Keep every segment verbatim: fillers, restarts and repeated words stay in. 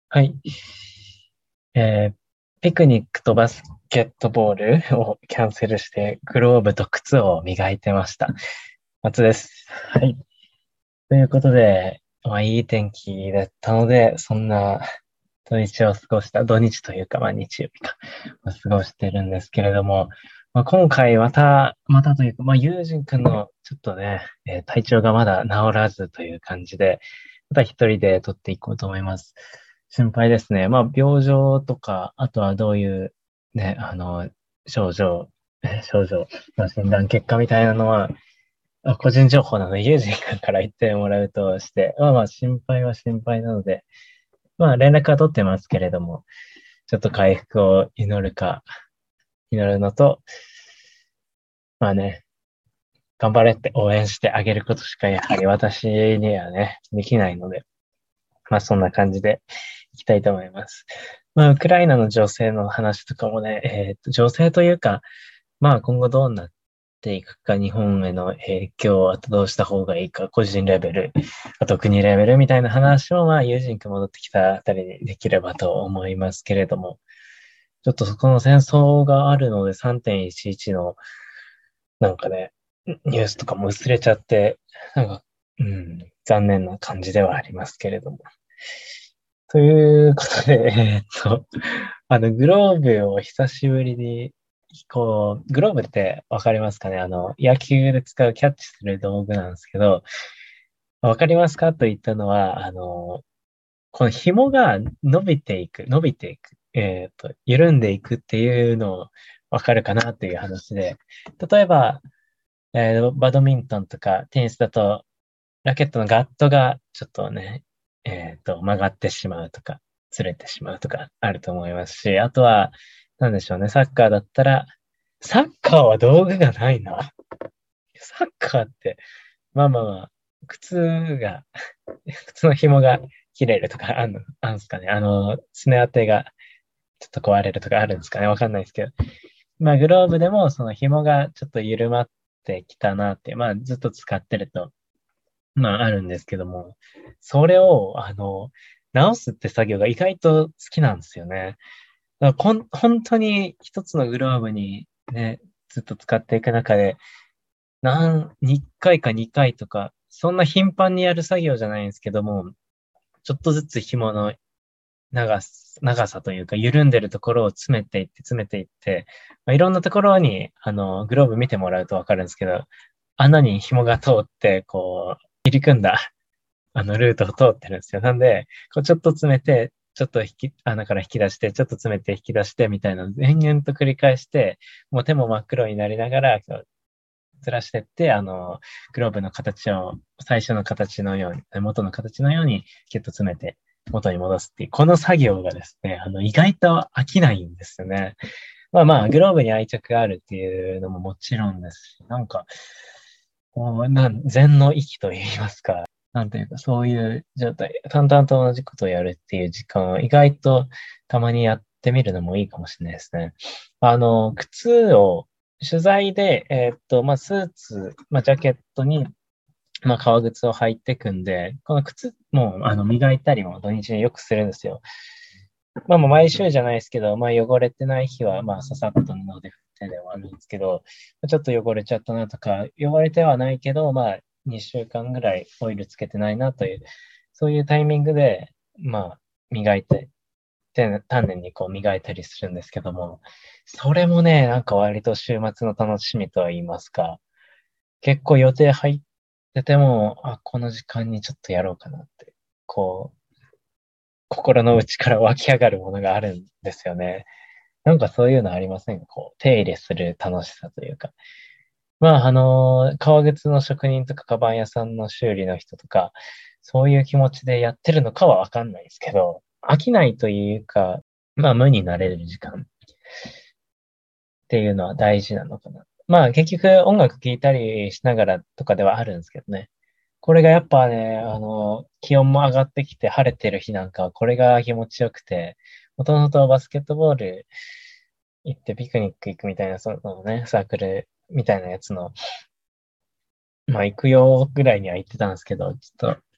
はい。えーピクニックとバスケットボールをキャンセルして、グローブと靴を磨いてました。松です。はい。ということで、まあ、いい天気だったので、そんな土日を過ごした、土日というか、まあ、日曜日か、まあ過ごしてるんですけれども、まあ、今回また、またというか、まあ、友人くんのちょっとね、えー体調がまだ治らずという感じで、また一人で撮っていこうと思います。心配ですね。まあ、病状とか、あとはどういうね、あの、症状、え症状の診断結果みたいなのは、あ個人情報なので、友人君から言ってもらうとして、まあまあ心配は心配なので、まあ連絡は取ってますけれども、ちょっと回復を祈るか、祈るのと、まあね、頑張れって応援してあげることしかやはり私にはね、できないので、まあそんな感じでいきたいと思います。まあウクライナの情勢の話とかもね、えっと、情勢というか、まあ今後どうなっていくか、日本への影響、あとどうした方がいいか、個人レベル、あと国レベルみたいな話を、まあ友人が戻ってきたあたりにできればと思いますけれども、ちょっとそこの戦争があるのでさんてんいちいちのなんかね、ニュースとかも薄れちゃって、なんか、うん、残念な感じではありますけれども。ということで、えーっと、あの、グローブを久しぶりに、こう、グローブってわかりますかね？あの、野球で使うキャッチする道具なんですけど、わかりますかと言ったのは、あの、この紐が伸びていく、伸びていく、えーっと、緩んでいくっていうのをわかるかなっていう話で、例えば、えーバドミントンとかテニスだと、ラケットのガットがちょっとね、えっと、曲がってしまうとか、ずれてしまうとかあると思いますし、あとは、なんでしょうね、サッカーだったら、サッカーは道具がないな。サッカーって、まあまあまあ、靴が、靴の紐が切れるとかあんの、あんすかね。あの、すね当てがちょっと壊れるとかあるんですかね。わかんないですけど。まあ、グローブでもその紐がちょっと緩まってきたなって、まあ、ずっと使ってるとまあ、あるんですけども、それを、あの、直すって作業が意外と好きなんですよね。だからこん、本当に一つのグローブにね、ずっと使っていく中で、なん、いっかいかにかいとか、そんな頻繁にやる作業じゃないんですけども、ちょっとずつ紐の長さ、長さというか、緩んでるところを詰めていって、詰めていって、まあ、いろんなところに、あの、グローブ見てもらうとわかるんですけど、穴に紐が通って、こう、入り組んだあの、ルートを通ってるんですよ。なんで、こうちょっと詰めて、ちょっと引き、穴から引き出して、ちょっと詰めて引き出してみたいなのを延々と繰り返して、もう手も真っ黒になりながら、こうずらしてって、あの、グローブの形を、最初の形のように、元の形のように、キュッと詰めて、元に戻すっていう、この作業がですね、あの、意外と飽きないんですよね。まあまあ、グローブに愛着があるっていうのももちろんですし、なんか、こうなん、禅の域と言いますか、なんていうか、そういう状態、淡々と同じことをやるっていう時間を意外とたまにやってみるのもいいかもしれないですね。あの、靴を取材で、えーっと、まあ、スーツ、まあ、ジャケットに、まあ、革靴を履いてくんで、この靴も、あの、磨いたりも土日によくするんですよ。まあ、もう毎週じゃないですけど、まあ、汚れてない日は、まあ、ささっと布で拭ってではあるんですけど、ちょっと汚れちゃったなとか、汚れてはないけど、まあ、にしゅうかんぐらいオイルつけてないなという、そういうタイミングで、まあ、磨いて、て丹念にこう磨いたりするんですけども、それもね、なんか割と週末の楽しみとは言いますか、結構予定入ってても、あ、この時間にちょっとやろうかなって、こう、心の内から湧き上がるものがあるんですよね。なんかそういうのありませんか？こう、手入れする楽しさというか。まあ、あの、革靴の職人とか、カバン屋さんの修理の人とか、そういう気持ちでやってるのかはわかんないですけど、飽きないというか、まあ、無になれる時間っていうのは大事なのかな。まあ、結局音楽聴いたりしながらとかではあるんですけどね。これがやっぱね、あの、気温も上がってきて晴れてる日なんかは、これが気持ちよくて、もともとバスケットボール行ってピクニック行くみたいな、そのね、サークルみたいなやつの、まあ行くよぐらいには言ってたんですけど、ちょっと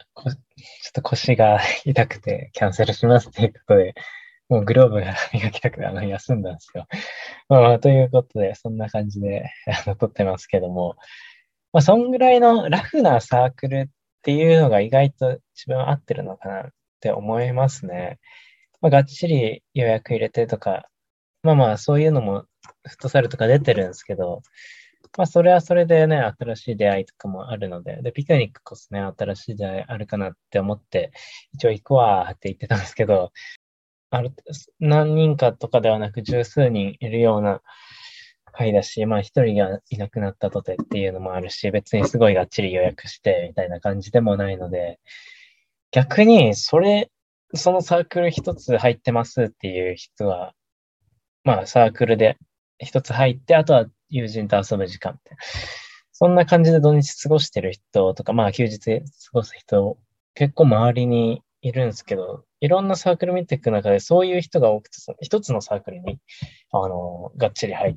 こちょっと腰が痛くてキャンセルしますっていうことで、もうグローブが磨きたくてあの休んだんですよ。まあまあ、ということで、そんな感じであの撮ってますけども、まあ、そんぐらいのラフなサークルっていうのが意外と自分は合ってるのかなって思いますね。まあ、がっちり予約入れてとか、まあまあ、そういうのもフットサルとか出てるんですけど、まあ、それはそれでね、新しい出会いとかもあるので、で、ピクニックこそね、新しい出会いあるかなって思って、一応行くわーって言ってたんですけど、ある、何人かとかではなく十数人いるような会だし、まあ一人がいなくなったとてっていうのもあるし、別にすごいがっちり予約してみたいな感じでもないので、逆にそれ、そのサークル一つ入ってますっていう人は、まあサークルで一つ入って、あとは友人と遊ぶ時間って。そんな感じで土日過ごしてる人とか、まあ休日過ごす人、結構周りにいるんですけど、いろんなサークル見ていく中でそういう人が多くて、その一つのサークルに、あの、がっちり入って、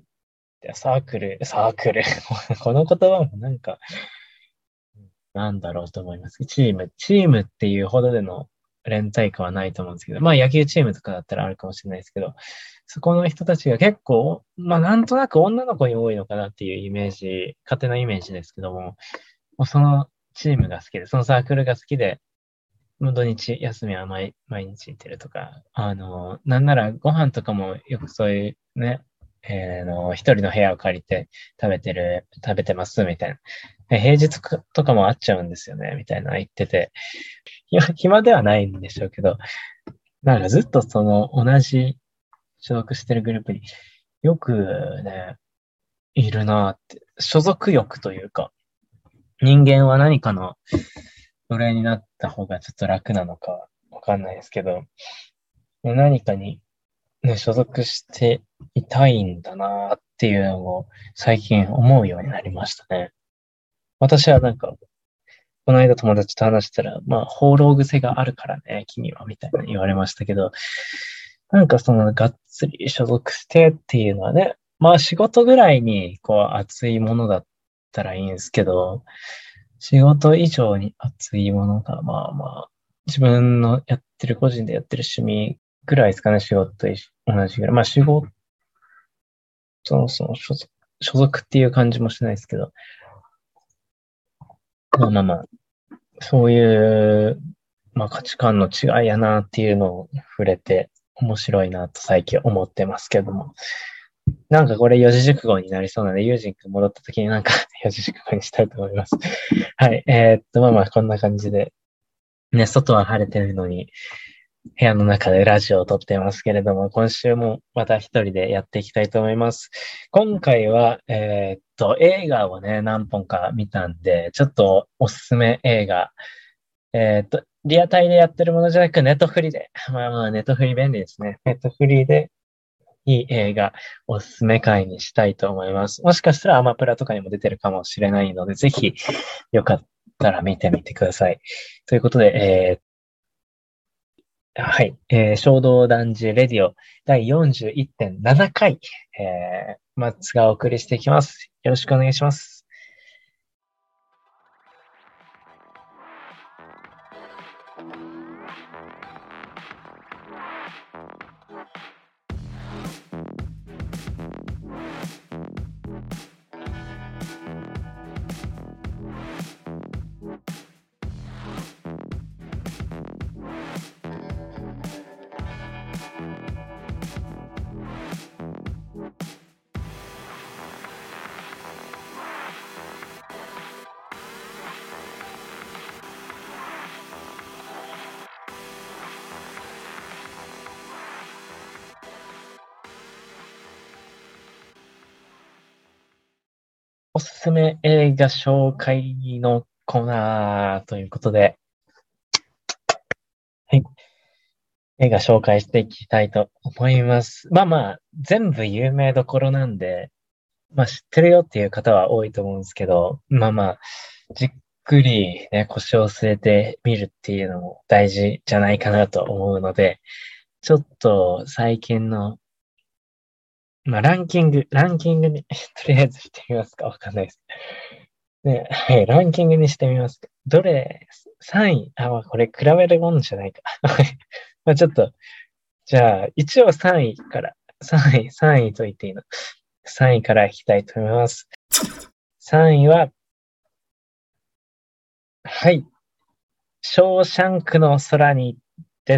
サークル、サークル。この言葉もなんか、なんだろうと思います。チーム、チームっていうほどでの連帯感はないと思うんですけど、まあ野球チームとかだったらあるかもしれないですけど、そこの人たちが結構、まあなんとなく女の子に多いのかなっていうイメージ、勝手なイメージですけども、もうそのチームが好きで、そのサークルが好きで、もう土日休みは毎、毎日行ってるとか、あの、なんならご飯とかもよくそういうね、えーの、一人の部屋を借りて食べてる、食べてますみたいな。え平日とかも会っちゃうんですよね、みたいな言ってて。暇暇ではないんでしょうけど、なんかずっとその同じ所属してるグループによくね、いるなって、所属欲というか、人間は何かの奴隷になった方がちょっと楽なのかわかんないですけど、何かにね、所属していたいんだなっていうのを最近思うようになりましたね。私はなんか、この間友達と話したら、まあ、放浪癖があるからね、君は、みたいな言われましたけど、なんかその、がっつり所属してっていうのはね、まあ仕事ぐらいに、こう、熱いものだったらいいんですけど、仕事以上に熱いものが、まあまあ、自分のやってる、個人でやってる趣味ぐらいですかね、仕事と同じぐらい。まあ仕事、その、その所属、所属っていう感じもしないですけど、まあまあまあ、そういう、まあ価値観の違いやなっていうのを触れて面白いなと最近思ってますけども。なんかこれ四字熟語になりそうなので、ユージン君戻った時になんか四字熟語にしたいと思います。はい。えーっと、まあまあこんな感じで、ね、外は晴れてるのに、部屋の中でラジオを撮ってますけれども、今週もまた一人でやっていきたいと思います。今回は、えーっと、映画をね、何本か見たんで、ちょっとおすすめ映画、えーっと、リアタイでやってるものじゃなく、ネットフリで、まあまあ、ネットフリ便利ですね。ネットフリでいい映画、おすすめ回にしたいと思います。もしかしたらアマプラとかにも出てるかもしれないので、ぜひ、よかったら見てみてください。ということで、えーはい。えー、衝動男児レディオだいよんじゅういってんななかい、えー、松がお送りしていきます。よろしくお願いします。おすすめ映画紹介のコーナーということで、はい。映画紹介していきたいと思います。まあまあ、全部有名どころなんで、まあ知ってるよっていう方は多いと思うんですけど、まあまあ、じっくりね、腰を据えてみるっていうのも大事じゃないかなと思うので、ちょっと最近の、まあランキング、ランキングにとりあえずしてみますかわかんないです。ね、はい、ランキングにしてみますか。 どれ、さんい、あ、まあ、これ比べるもんじゃないか。まあちょっと、じゃあ、一応さんいから、さんい、さんいと言っていいの。さんいからいきたいと思います。さんいは、はい、ショーシャンクの空にです。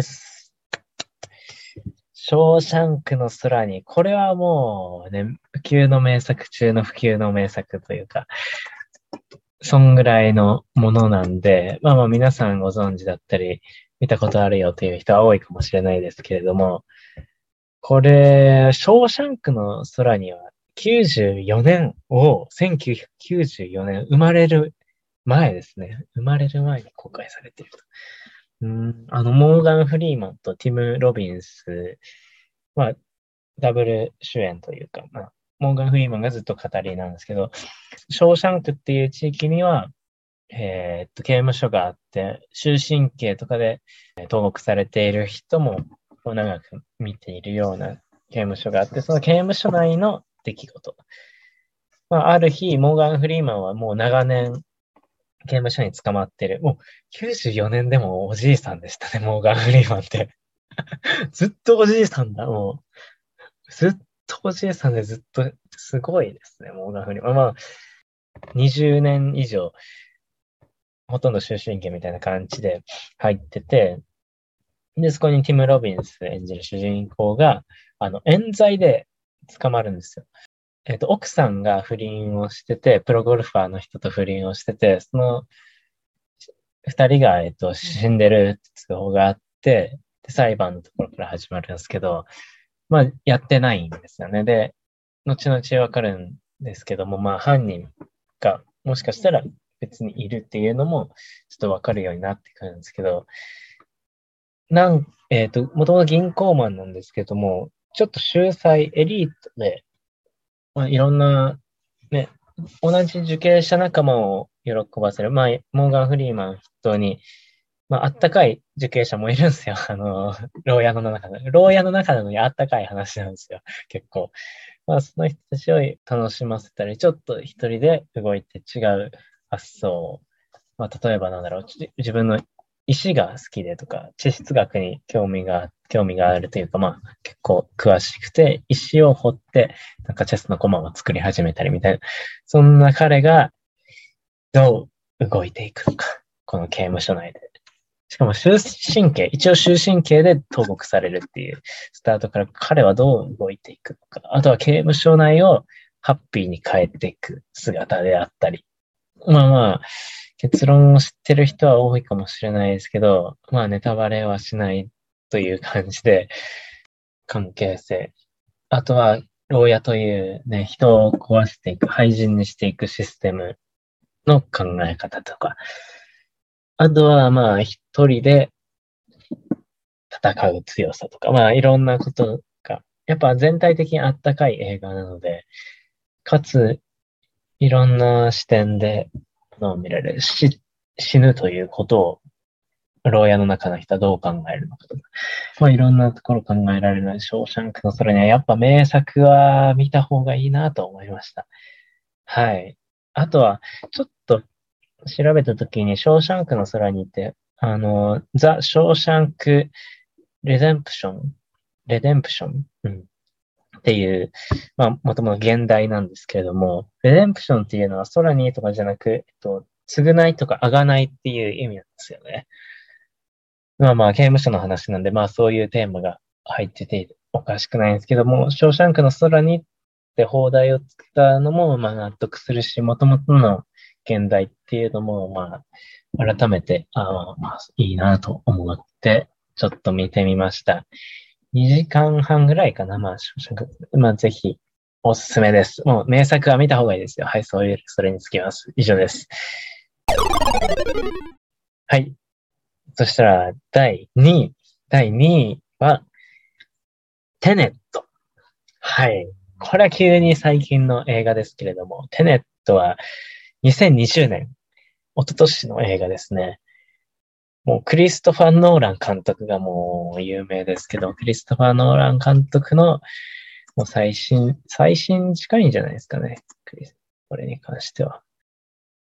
ショーシャンクの空に、これはもうね、不朽の名作中の不朽の名作というか、そんぐらいのものなんで、まあまあ皆さんご存知だったり、見たことあるよという人は多いかもしれないですけれども、これ、ショーシャンクの空にはきゅうじゅうよねんを、せんきゅうひゃくきゅうじゅうよねん、生まれる前ですね。生まれる前に公開されていると。うん、あの、モーガン・フリーマンとティム・ロビンスはダブル主演というか、まあ、モーガン・フリーマンがずっと語りなんですけど、ショーシャンクっていう地域には、えーっと、刑務所があって、終身刑とかでえー投獄されている人もこう長く見ているような刑務所があって、その刑務所内の出来事。まあ、ある日、モーガン・フリーマンはもう長年刑務所に捕まってる。もうきゅうじゅうよねんでもおじいさんでしたね、モーガン・フリーマンって。ずっとおじいさんだ、もう。ずっとおじいさんでずっと、すごいですね、モーガン・フリーマン。まあ、にじゅうねん以上、ほとんど終身刑みたいな感じで入ってて、で、そこにティム・ロビンス演じる主人公が、あの、冤罪で捕まるんですよ。えっと、奥さんが不倫をしてて、プロゴルファーの人と不倫をしてて、その二人が、えっと、死んでるって通報があって、で、裁判のところから始まるんですけど、まあ、やってないんですよね。で、後々わかるんですけども、まあ、犯人がもしかしたら別にいるっていうのも、ちょっとわかるようになってくるんですけど、なん、えっと、もともと銀行マンなんですけども、ちょっと秀才、エリートで、まあ、いろんな、ね、同じ受刑者仲間を喜ばせる。まあ、モーガン・フリーマン筆頭に、まあ、あったかい受刑者もいるんですよ。あの、牢屋の中で。牢屋の中なのにあったかい話なんですよ。結構。まあ、その人たちを楽しませたり、ちょっと一人で動いて違う発想を。まあ、例えばなんだろう、ち自分の石が好きでとか、地質学に興味が、興味があるというか、まあ、結構詳しくて、石を掘って、なんかチェスの駒を作り始めたりみたいな。そんな彼がどう動いていくのか。この刑務所内で。しかも終身刑、一応終身刑で投獄されるっていうスタートから彼はどう動いていくのか。あとは刑務所内をハッピーに変えていく姿であったり。まあまあ、結論を知ってる人は多いかもしれないですけど、まあネタバレはしないという感じで、関係性。あとは、牢屋というね、人を壊していく、廃人にしていくシステムの考え方とか。あとは、まあ、一人で戦う強さとか、まあ、いろんなことが、やっぱ全体的にあったかい映画なので、かつ、いろんな視点で、のを見られる。し、死ぬということを、牢屋の中の人はどう考えるのかとか、まあ、いろんなところ考えられるので、ショーシャンクの空にはやっぱ名作は見た方がいいなと思いました。はい。あとは、ちょっと調べたときに、ショーシャンクの空にいて、あの、ザ・ショーシャンク・レデンプション、レデンプション、うん、っていう、まあ、もともと現代なんですけれども、レデンプションっていうのは空にとかじゃなく、えっと、償いとか贖いっていう意味なんですよね。まあまあ、刑務所の話なんで、まあそういうテーマが入ってておかしくないんですけども、ショーシャンクの空にって放題をつけたのも、まあ納得するし、もともとの現代っていうのも、まあ、改めて、ああ、まあ、いいなと思って、ちょっと見てみました。にじかんはんぐらいかな、まあ、ショーシャンク。まあ、ぜひ、おすすめです。もう、名作は見た方がいいですよ。はい、そういう、それにつきます。以上です。はい。そしたら、だいにい。だいにいは、テネット。はい。これは急に最近の映画ですけれども、テネットはにせんにじゅうねん、一昨年の映画ですね。もうクリストファー・ノーラン監督がもう有名ですけど、クリストファー・ノーラン監督のもう最新、最新近いんじゃないですかね。クリスこれに関しては。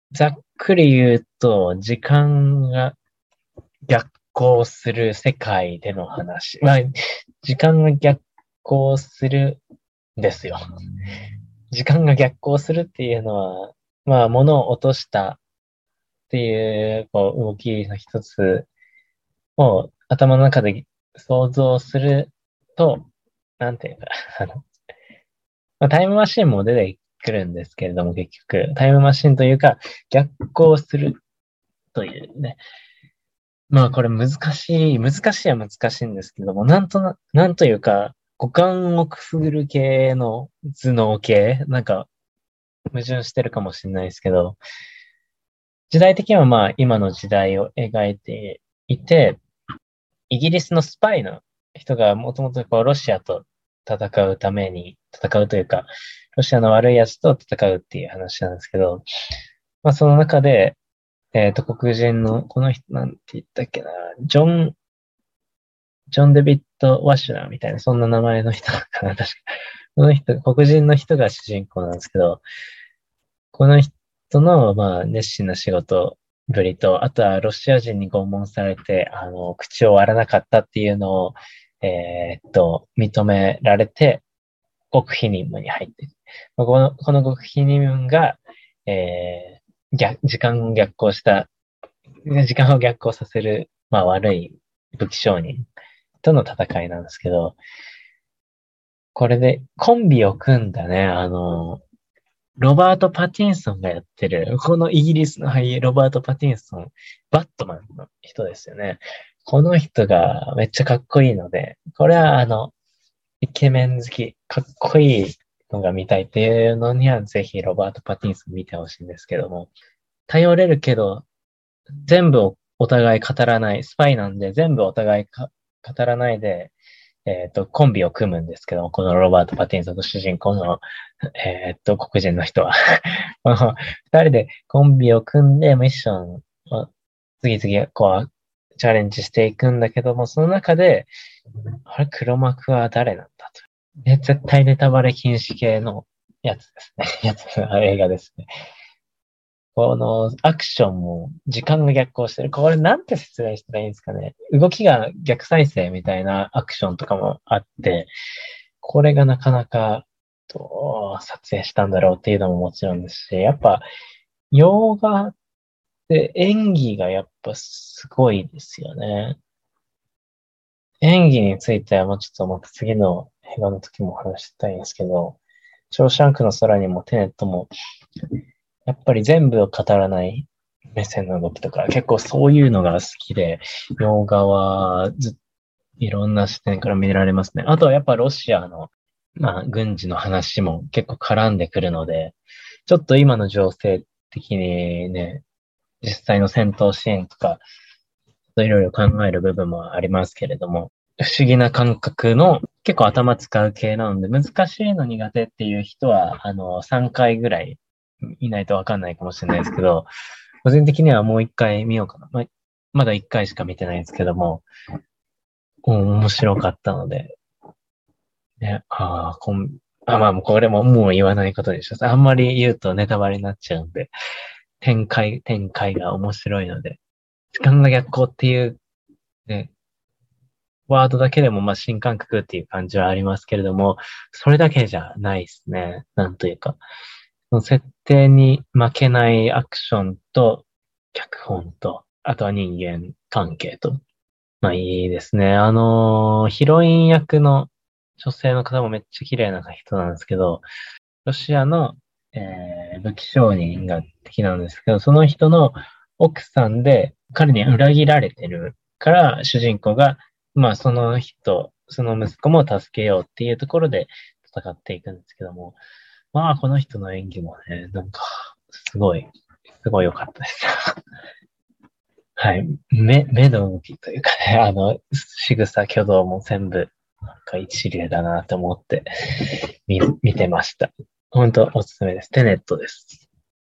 ざっくり言うと、時間が逆行する世界での話。まあ、時間が逆行するんですよ。時間が逆行するっていうのは、まあ、物を落としたっていう、こう、動きの一つを頭の中で想像すると、なんていうか、あの、まあ、タイムマシンも出てくるんですけれども、結局、タイムマシンというか、逆行するというね。まあ、これ難しい、難しいは難しいんですけども、なんとな、なんというか、五感をくすぐる系の頭脳系、なんか矛盾してるかもしれないですけど、時代的にはまあ今の時代を描いていて、イギリスのスパイの人がもともとこうロシアと戦うために、戦うというか、ロシアの悪いやつと戦うっていう話なんですけど、まあその中で、えっと、黒人の、この人なんて言ったっけな、ジョン、ジョン・デビッド・ワシュナーみたいな、そんな名前の人かな、確か。この人、黒人の人が主人公なんですけど、この人の、まあ、熱心な仕事ぶりと、あとはロシア人に拷問されて、あの、口を割らなかったっていうのを、えーっと、認められて、極秘任務に入っている。まあこの、この極秘任務が、えー、逆、時間を逆行した、時間を逆行させる、まあ悪い武器商人との戦いなんですけど、これでコンビを組んだね、あの、ロバート・パティンソンがやってる、このイギリスの俳優、ロバート・パティンソン、バットマンの人ですよね。この人がめっちゃかっこいいので、これはあの、イケメン好き、かっこいいのが見たいっていうのには、ぜひロバート・パティンソン見てほしいんですけども、頼れるけど、全部をお互い語らない、スパイなんで全部お互いか語らないで、えっと、コンビを組むんですけど、このロバート・パティンソンと主人公の、えっと、黒人の人はこの二人でコンビを組んでミッションを次々こう、チャレンジしていくんだけども、その中で、あれ、黒幕は誰なんだと。で、絶対ネタバレ禁止系のやつですね。やつ、映画ですね。このアクションも時間が逆行してる。これなんて説明したらいいんですかね。動きが逆再生みたいなアクションとかもあって、これがなかなかどう撮影したんだろうっていうのももちろんですし、やっぱ洋画って演技がやっぱすごいですよね。演技についてはもうちょっとまた次の映画の時も話したいんですけど、ショーシャンクの空にもテネットもやっぱり全部を語らない目線の動きとか、結構そういうのが好きで、洋画はずいろんな視点から見られますね。あとはやっぱロシアの、まあ、軍事の話も結構絡んでくるので、ちょっと今の情勢的にね、実際の戦闘シーンとか、いろいろ考える部分もありますけれども、不思議な感覚の結構頭使う系なので、難しいの苦手っていう人は、あの、さんかいぐらいいないとわかんないかもしれないですけど、個人的にはもう一回見ようかな。まあ、まだ一回しか見てないんですけども、面白かったので、ね、ああ、こん、あ、まあ、これももう言わないことにします。あんまり言うとネタバレになっちゃうんで、展開、展開が面白いので、時間が逆行っていうね、ワードだけでもまあ新感覚っていう感じはありますけれども、それだけじゃないですね。なんというか。その設定に負けないアクションと、脚本と、あとは人間関係と。まあいいですね。あのーヒロイン役の女性の方もめっちゃ綺麗な人なんですけど、ロシアの、えー武器商人が敵なんですけど、その人の奥さんで彼に裏切られてるから、主人公が、まあその人、その息子も助けようっていうところで戦っていくんですけども、まあこの人の演技もね、なんか、すごい、すごい良かったです。はい。目、目の動きというかね、あの、仕草、挙動も全部、なんか一流だなと思って見、見てました。本当おすすめです。テネットです。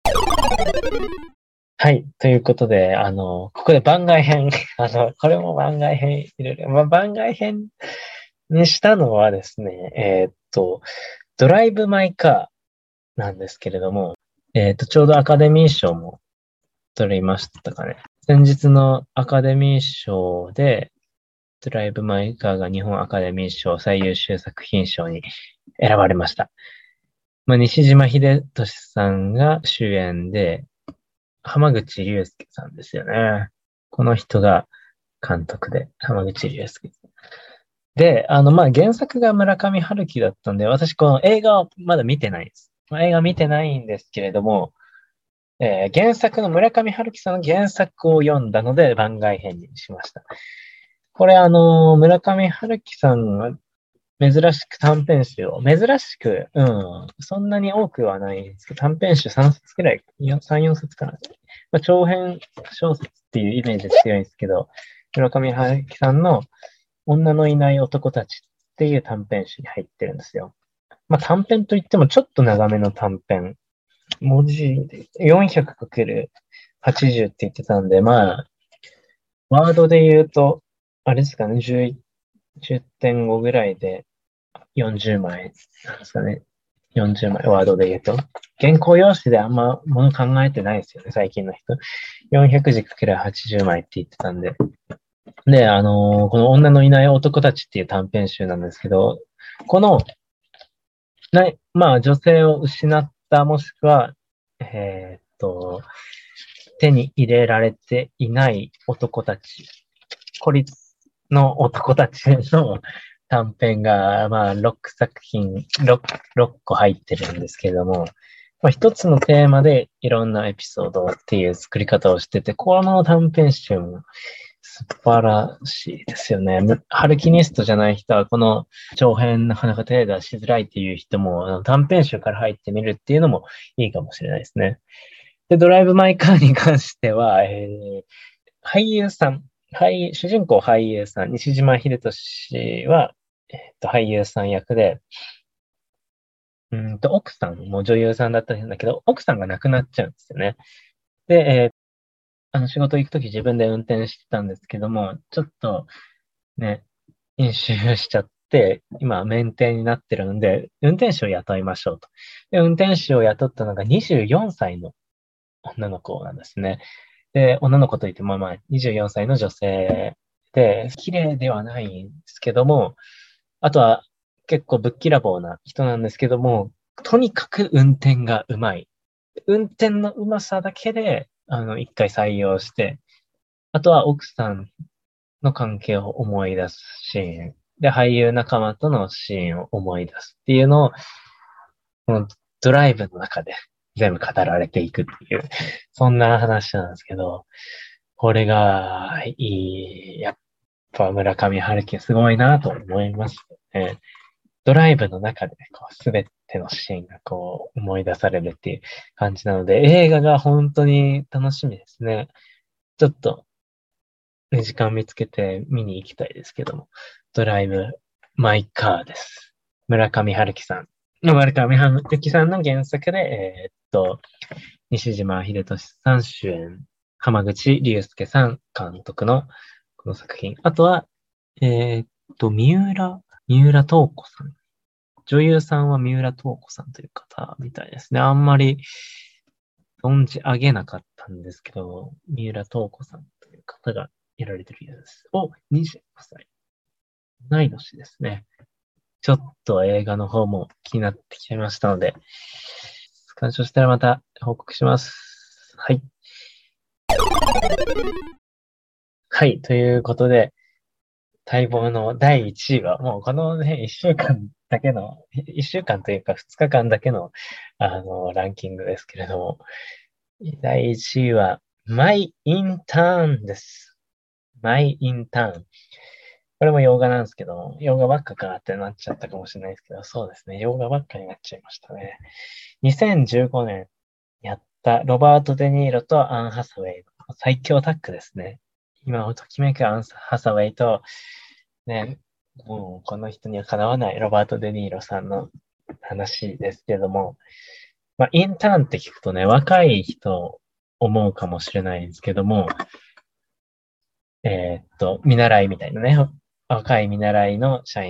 はい。ということで、あの、ここで番外編。あの、これも番外編いろいろ、まあ、番外編にしたのはですね、えーっと、ドライブ・マイ・カーなんですけれども、 えっと、ちょうどアカデミー賞も取りましたかね。先日のアカデミー賞で、ドライブ・マイ・カーが日本アカデミー賞最優秀作品賞に選ばれました。まあ、西島秀俊さんが主演で、浜口竜介さんですよね。この人が監督で、浜口竜介さん。で、あの、まあ、原作が村上春樹だったんで、私この映画をまだ見てないです。まあ、映画見てないんですけれども、えー原作の村上春樹さんの原作を読んだので番外編にしました。これあのー村上春樹さんが珍しく短編集を、珍しく、うん、そんなに多くはないんですけど、短編集さんさつくらい、さん、よんさつかな。まあ、長編小説っていうイメージ強いんですけど、村上春樹さんの女のいない男たちっていう短編集に入ってるんですよ。まあ、短編といってもちょっと長めの短編。文字で よんひゃくかけるはちじゅう って言ってたんで、まあ、ワードで言うと、あれですかね、じゅう、じゅってんごぐらいでよんじゅうまいなんですかね。よんじゅうまい、ワードで言うと。原稿用紙であんまもの考えてないですよね、最近の人。よんひゃくじかけるはちじゅうまいって言ってたんで。で、あのーこの女のいない男たちっていう短編集なんですけど、この、なまあ、女性を失ったもしくは、えーっと、手に入れられていない男たち、孤立の男たちの短編が、まあ、ろくさく品、ろく、ろっこ入ってるんですけれども、まあ、一つのテーマでいろんなエピソードっていう作り方をしてて、この短編集も素晴らしいですよね。ハルキニストじゃない人は、この長編なかなか手出しづらいっていう人も、あの短編集から入ってみるっていうのもいいかもしれないですね。で、ドライブ・マイ・カーに関しては、えー俳優さん、俳優主人公俳優さん、西島秀俊は、えっと、俳優さん役で、うんと、奥さんも女優さんだったんだけど、奥さんが亡くなっちゃうんですよね。で、えーあの仕事行くとき自分で運転してたんですけども、ちょっとね、飲酒しちゃって、今、免停になってるんで、運転手を雇いましょうと。で、運転手を雇ったのがにじゅうよんさいの女の子なんですね。で、女の子といっても、まあ、にじゅうよんさいの女性で、綺麗ではないんですけども、あとは結構ぶっきらぼうな人なんですけども、とにかく運転がうまい。運転のうまさだけで、あの、一回採用して、あとは奥さんの関係を思い出すシーン。で、俳優仲間とのシーンを思い出すっていうのを、このドライブの中で全部語られていくっていう、そんな話なんですけど、これがいい、やっぱ村上春樹すごいなと思いましたね。ドライブの中でこうすべてのシーンがこう思い出されるっていう感じなので、映画が本当に楽しみですね。ちょっと、ね、時間見つけて見に行きたいですけども、ドライブ・マイ・カーです。村上春樹さん。村上春樹さんの原作で、えーっと、西島秀俊さん主演、浜口竜介さん監督のこの作品。あとは、えーっと、三浦、三浦透子さん。女優さんは三浦透子さんという方みたいですね。あんまり存じ上げなかったんですけど、三浦透子さんという方がやられてるようです。お、にじゅっさい。同い年ですね。ちょっと映画の方も気になってきちゃいましたので、鑑賞したらまた報告します。はい。はい。ということで、待望のだいいちいは、もうこのね、いっしゅうかんだけの、いっしゅうかんというかふつかかんだけの、あの、ランキングですけれども、だいいちいは、マイ・インターンです。マイ・インターン。これも洋画なんですけど、洋画ばっかかってなっちゃったかもしれないですけど、そうですね。洋画ばっかになっちゃいましたね。にせんじゅうごねんやったロバート・デ・ニーロとアン・ハサウェイの最強タッグですね。今をときめくアン・ハサウェイと、ね、もうこの人にはかなわないロバート・デ・ニーロさんの話ですけども、まあ、インターンって聞くとね、若い人思うかもしれないんですけども、えーっと、見習いみたいなね、若い見習いの社員、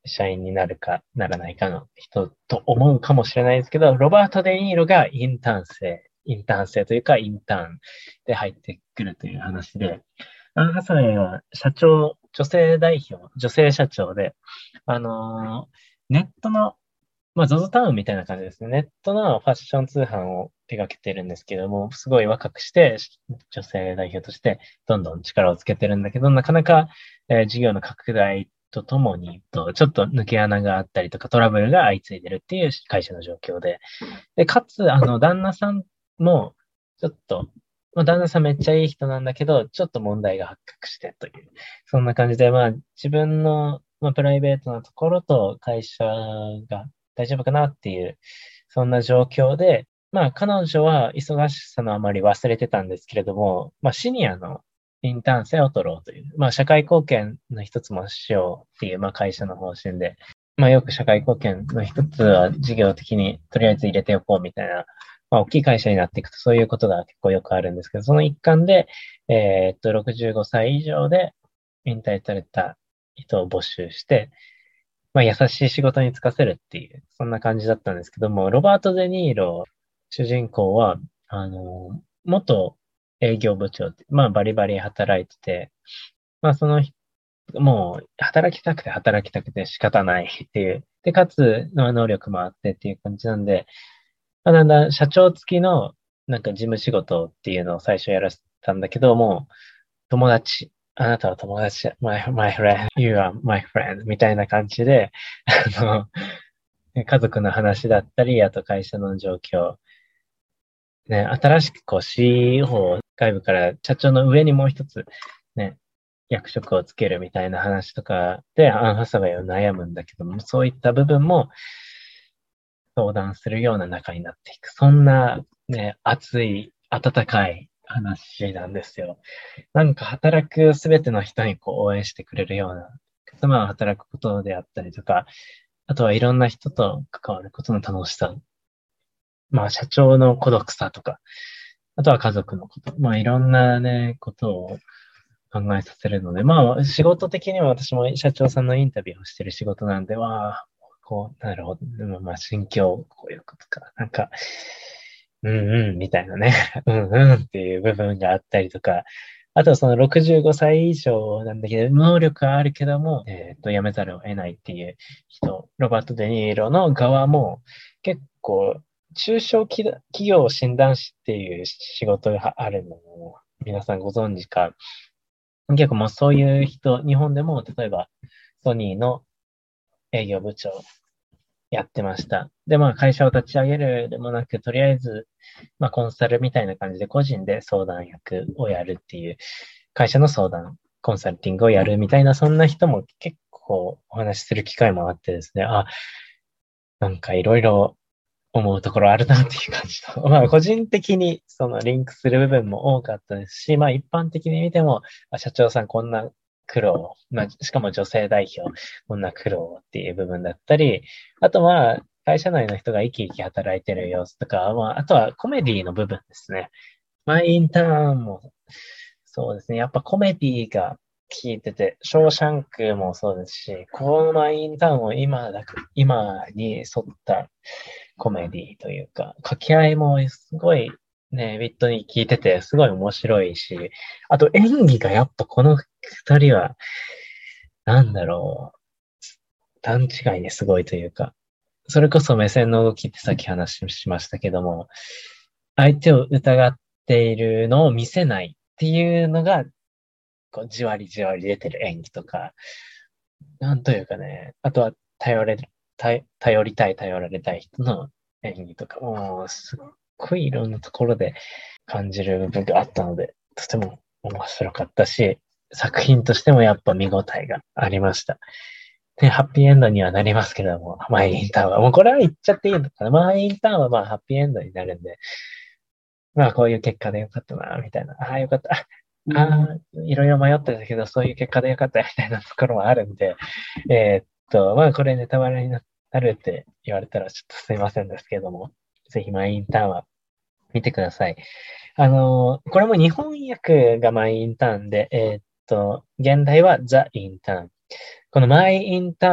社員になるかならないかの人と思うかもしれないですけど、ロバート・デ・ニーロがインターン生、インターン生というかインターンで入ってくるという話で、アン・ハサウェイは社長、女性代表、女性社長で、あのーネットの、まあ、ゾゾタウンみたいな感じですね。ネットのファッション通販を手掛けてるんですけども、すごい若くして、女性代表としてどんどん力をつけてるんだけど、なかなか、えー事業の拡大とともに、とちょっと抜け穴があったりとかトラブルが相次いでるっていう会社の状況で、で、かつ、あの、旦那さんも、ちょっと、まあ、旦那さんめっちゃいい人なんだけど、ちょっと問題が発覚してという、そんな感じで、まあ、自分の、まあ、プライベートなところと会社が大丈夫かなっていう、そんな状況で、まあ、彼女は忙しさのあまり忘れてたんですけれども、まあ、シニアのインターン生を取ろうという、まあ、社会貢献の一つもしようっていう、まあ、会社の方針で、まあ、よく社会貢献の一つは事業的にとりあえず入れておこうみたいな、まあ、大きい会社になっていくとそういうことが結構よくあるんですけど、その一環で、えーっと、ろくじゅうごさい以上で引退された人を募集して、まあ、優しい仕事に就かせるっていう、そんな感じだったんですけども、ロバート・デ・ニーロ、主人公は、あの、元営業部長って、まあ、バリバリ働いてて、まあ、そのもう、働きたくて働きたくて仕方ないっていう。で、かつ、まあ能力もあってっていう感じなんで、まあ、だんだん社長付きの、なんか事務仕事っていうのを最初やらせたんだけども、友達、あなたは友達、my, my friend, you are my friend みたいな感じで、あの、家族の話だったり、あと会社の状況、ね、新しくこう シーイーオー 外部から社長の上にもう一つ、ね、役職をつけるみたいな話とかで、アン・ハサウェイは悩むんだけども、そういった部分も相談するような仲になっていく。そんなね、熱い、温かい話なんですよ。なんか働くすべての人にこう応援してくれるような、まあ働くことであったりとか、あとはいろんな人と関わることの楽しさ。まあ社長の孤独さとか、あとは家族のこと。まあいろんなね、ことを考えさせるので、まあ、仕事的には私も社長さんのインタビューをしてる仕事なんで、わあ、こう、なるほど。でもまあ、心境、こういうことか。なんか、うんうん、みたいなね。うんうんっていう部分があったりとか、あとはそのろくじゅうごさい以上なんだけど、能力はあるけども、えっと、辞めざるを得ないっていう人、ロバート・デ・ニーロの側も、結構、中小企企業診断士っていう仕事があるのを皆さんご存知か、結構もうそういう人、日本でも例えばソニーの営業部長やってました。で、まあ会社を立ち上げるでもなく、とりあえず、まあコンサルみたいな感じで個人で相談役をやるっていう、会社の相談、コンサルティングをやるみたいな、そんな人も結構お話しする機会もあってですね、あ、なんかいろいろ思うところあるなっていう感じと、まあ個人的にそのリンクする部分も多かったですし、まあ一般的に見ても、あ社長さんこんな苦労、まあしかも女性代表、こんな苦労っていう部分だったり、あとは会社内の人が生き生き働いてる様子とか、まああとはコメディの部分ですね。マイインターンもそうですね。やっぱコメディが効いてて、ショーシャンクもそうですし、このマイインターンを今だけ、今に沿ったコメディというか、掛け合いもすごいね、ビットに効いてて、すごい面白いし、あと演技がやっぱこの二人は、なんだろう、段違いにすごいというか、それこそ目線の動きってさっき話しましたけども、相手を疑っているのを見せないっていうのが、こうじわりじわり出てる演技とか、なんというかね、あとは頼れる、頼頼りたい、頼られたい人の演技とか、もうすっごいいろんなところで感じる部分があったので、とても面白かったし、作品としてもやっぱ見応えがありました。で、ハッピーエンドにはなりますけども、マイインターンは。もうこれは言っちゃっていいのかな。マイインターンはまあハッピーエンドになるんで、まあこういう結果でよかったな、みたいな。ああ、よかった。ああ、いろいろ迷ってたけど、そういう結果でよかったみたいなところもあるんで、えーっと、まあこれネタバレになるって言われたらちょっとすいませんですけども、ぜひマイインターンは見てください。あのーこれも日本訳がマイインターンで、えーっと、現代はザ・インターン。このマイインターンっ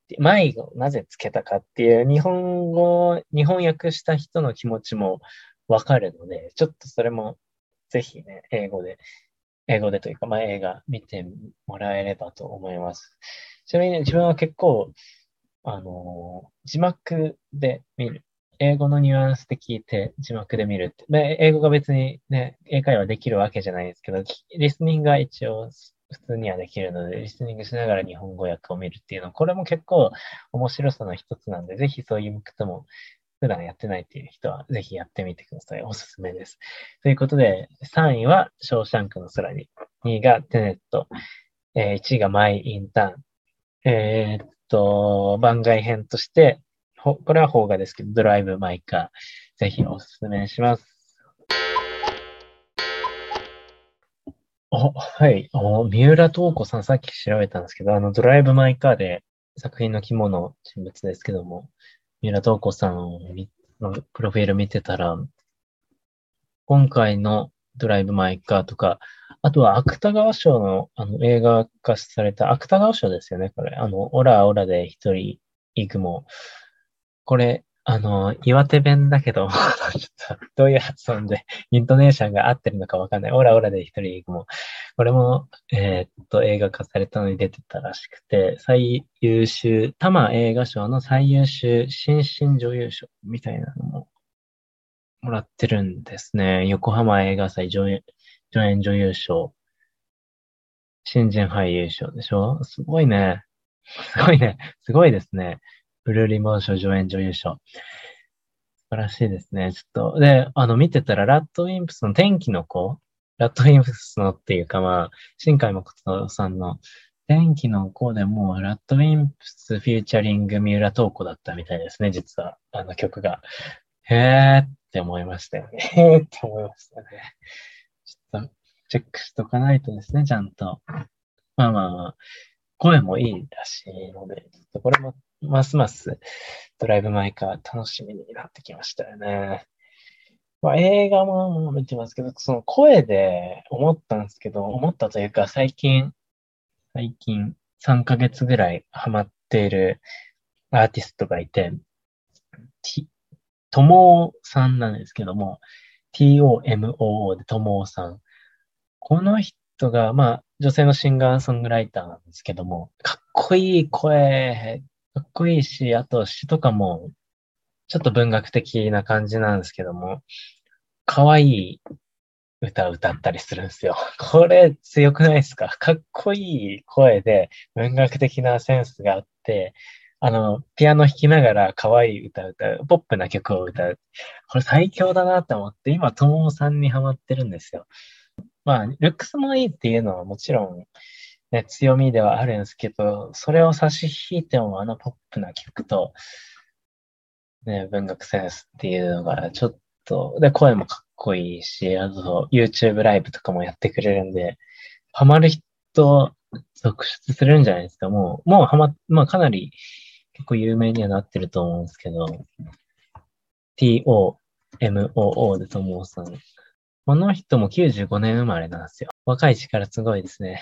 て、マイをなぜつけたかっていう日本語、日本訳した人の気持ちもわかるので、ちょっとそれもぜひね、英語で、英語でというか、まあ映画見てもらえればと思います。ちなみにね、自分は結構、あのー字幕で見る。英語のニュアンスで聞いて字幕で見るって。まあ英語が別にね、英会話できるわけじゃないですけど、きリスニングが一応普通にはできるので、リスニングしながら日本語訳を見るっていうのは、これも結構面白さの一つなんで、ぜひそういうことも普段やってないっていう人は、ぜひやってみてください。おすすめです。ということで、さんいは、ショーシャンクの空に。にいがテネット。えーいちいがマイ・インターン。えーっと、番外編として、ほこれは邦画ですけど、ドライブ・マイ・カー。ぜひおすすめします。お、はい。お、三浦透子さん、さっき調べたんですけど、あの、ドライブ・マイ・カーで作品の肝の人物ですけども、三浦透子さんを見のプロフィール見てたら、今回のドライブ・マイ・カーとか、あとは芥川賞の、あの映画化された芥川賞ですよね、これ。あの、オラオラで一人行くも。これ、あの、岩手弁だけど、ちょっとどういう発音で、イントネーションが合ってるのかわかんない。オラオラで一人行くも。これも、えーっと、映画化されたのに出てたらしくて、最優秀、多摩映画賞の最優秀新進女優賞みたいなのももらってるんですね。横浜映画祭助演、助演女優賞、新人俳優賞でしょ。すごいね。すごいね。すごいですね。ブルーリボン賞助演女優賞。素晴らしいですね。ちょっと、で、あの、見てたら、ラッドウィンプスの天気の子ラッドウィンプスのっていうか、まあ、新海誠さんの天気の子でもう、ラッドウィンプスフューチャリング三浦透子だったみたいですね、実は、あの曲が。へーって思いましたよね。へーって思いましたね。ちょっと、チェックしとかないとですね、ちゃんと。まあまあまあ、声もいいらしいので、ちょっとこれも、ますますドライブ・マイ・カー楽しみになってきましたよね。まあ、映画ももう見てますけど、その声で思ったんですけど、思ったというか、最近、最近さんかげつぐらいハマっているアーティストがいて、T- ともさんなんですけども、ティーオーエムオーオー でともさん。この人が、まあ、女性のシンガーソングライターなんですけども、かっこいい声、かっこいいし、あと詩とかも、ちょっと文学的な感じなんですけども、可愛い歌を歌ったりするんですよ。これ強くないですか？かっこいい声で文学的なセンスがあって、あの、ピアノ弾きながら可愛い歌を歌う、ポップな曲を歌う。これ最強だなって思って、今、ともさんにハマってるんですよ。まあ、ルックスもいいっていうのはもちろん、ね、強みではあるんですけど、それを差し引いてもあのポップな曲と、ね、文学センスっていうのがちょっと、で、声もかっこいいし、あと YouTube ライブとかもやってくれるんで、ハマる人続出するんじゃないですか。もう、もうハマ、まあかなり結構有名にはなってると思うんですけど、ティーオーエムオーオー でともさん。この人もきゅうじゅうごねん生まれなんですよ。若い力すごいですね。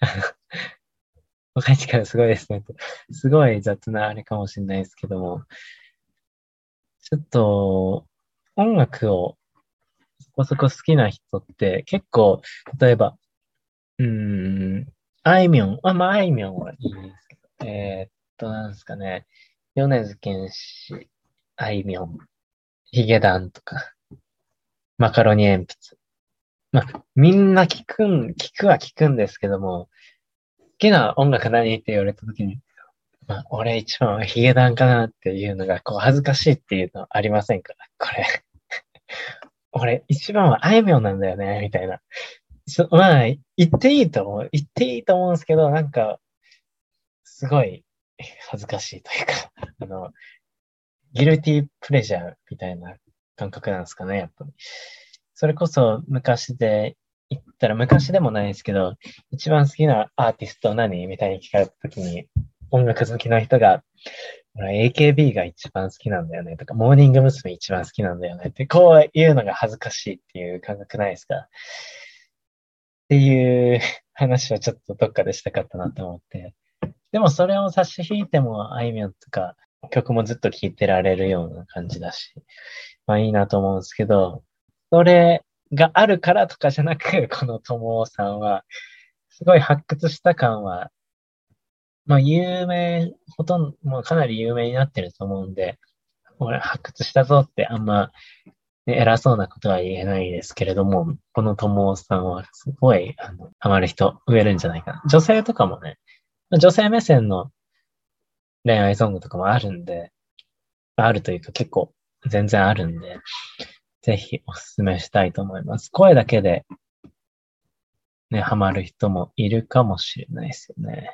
若い力すごいですね。すごい雑なあれかもしれないですけども、ちょっと音楽をそこそこ好きな人って結構、例えば、うーん、あいみょん、あ、まあ、あいみょんはいいですけど、えーっと、なんですかね、米津玄師、あいみょん、ヒゲダンとか、マカロニ鉛筆。まあ、みんな聞くん、聞くは聞くんですけども、好きな音楽何って言われた時に、まあ、俺一番はヒゲダンかなっていうのが、こう、恥ずかしいっていうのありませんか？これ。俺一番はあいみょんなんだよね、みたいな。そまあ、言っていいと思う。言っていいと思うんですけど、なんか、すごい恥ずかしいというか、あの、ギルティープレジャーみたいな感覚なんですかね、やっぱり。それこそ昔で言ったら、昔でもないですけど、一番好きなアーティスト何みたいに聞かれたときに、音楽好きな人が、俺 エーケービー が一番好きなんだよねとか、モーニング娘。一番好きなんだよねって、こういうのが恥ずかしいっていう感覚ないですかっていう話をちょっとどっかでしたかったなと思って。 でもそれを差し引いても、あいみょんとか曲もずっと聴いてられるような感じだし、まあいいなと思うんですけど、それがあるからとかじゃなく、このともさんは、すごい発掘した感は、まあ有名、ほとんど、もうかなり有名になってると思うんで、俺発掘したぞってあんま、ね、偉そうなことは言えないですけれども、このともさんはすごい、あの、ハマる人増えるんじゃないかな。女性とかもね、女性目線の恋愛ソングとかもあるんで、あるというか結構全然あるんで、ぜひおすすめしたいと思います。声だけでね、ハマる人もいるかもしれないですよね。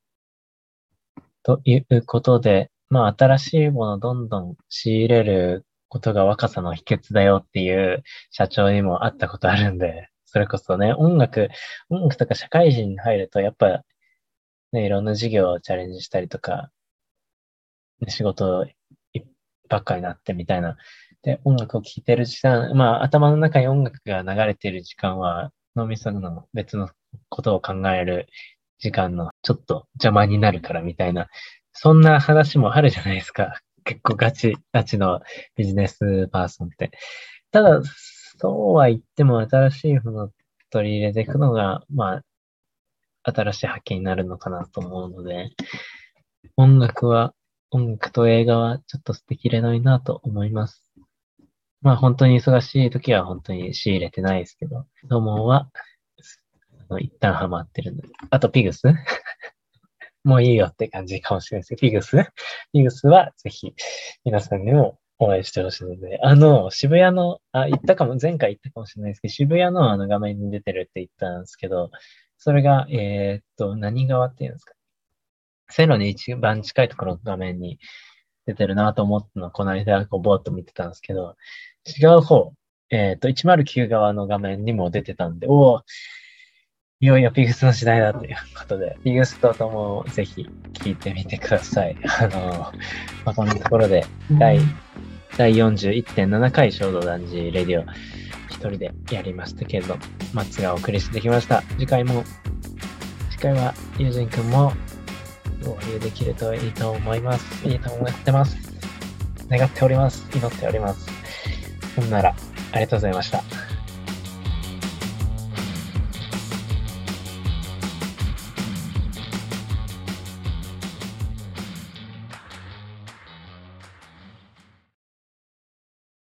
ということで、まあ新しいものをどんどん仕入れることが若さの秘訣だよっていう社長にも会ったことあるんで、それこそね、音楽、音楽とか社会人に入るとやっぱね、いろんな授業をチャレンジしたりとか、ね仕事ばっかりになってみたいな。で、音楽を聴いてる時間、まあ頭の中に音楽が流れてる時間は脳みその別のことを考える時間のちょっと邪魔になるからみたいな、そんな話もあるじゃないですか。結構ガチ、ガチのビジネスパーソンって。ただ、そうは言っても新しいものを取り入れていくのが、まあ、新しい発見になるのかなと思うので、音楽は、音楽と映画はちょっと捨てきれないなと思います。まあ本当に忙しい時は本当に仕入れてないですけど、どうもは、あの一旦ハマってるので。あとピグスもういいよって感じかもしれないですけど、ピグスピグスはぜひ皆さんにも応援してほしいので、あの、渋谷の、あ、言ったかも、前回言ったかもしれないですけど、渋谷のあの画面に出てるって言ったんですけど、それが、えーっと、何側っていうんですか？線路に一番近いところの画面に出てるなと思ったのを、この間、こう、ぼーっと見てたんですけど、違う方、えっと、いちまるきゅう側の画面にも出てたんで、おお、いよいよピグスの時代だということで、ピグスとともぜひ聞いてみてください。あの、まあ、こんなところで、第、第よんじゅういってんななかい衝動男児レディオ、一人でやりましたけれど、松がお送りしてきました。次回も、次回は、ゆうじんくんも、合流できるといいと思います。いいと思ってます。願っております。祈っております。そんなら、ありがとうございました。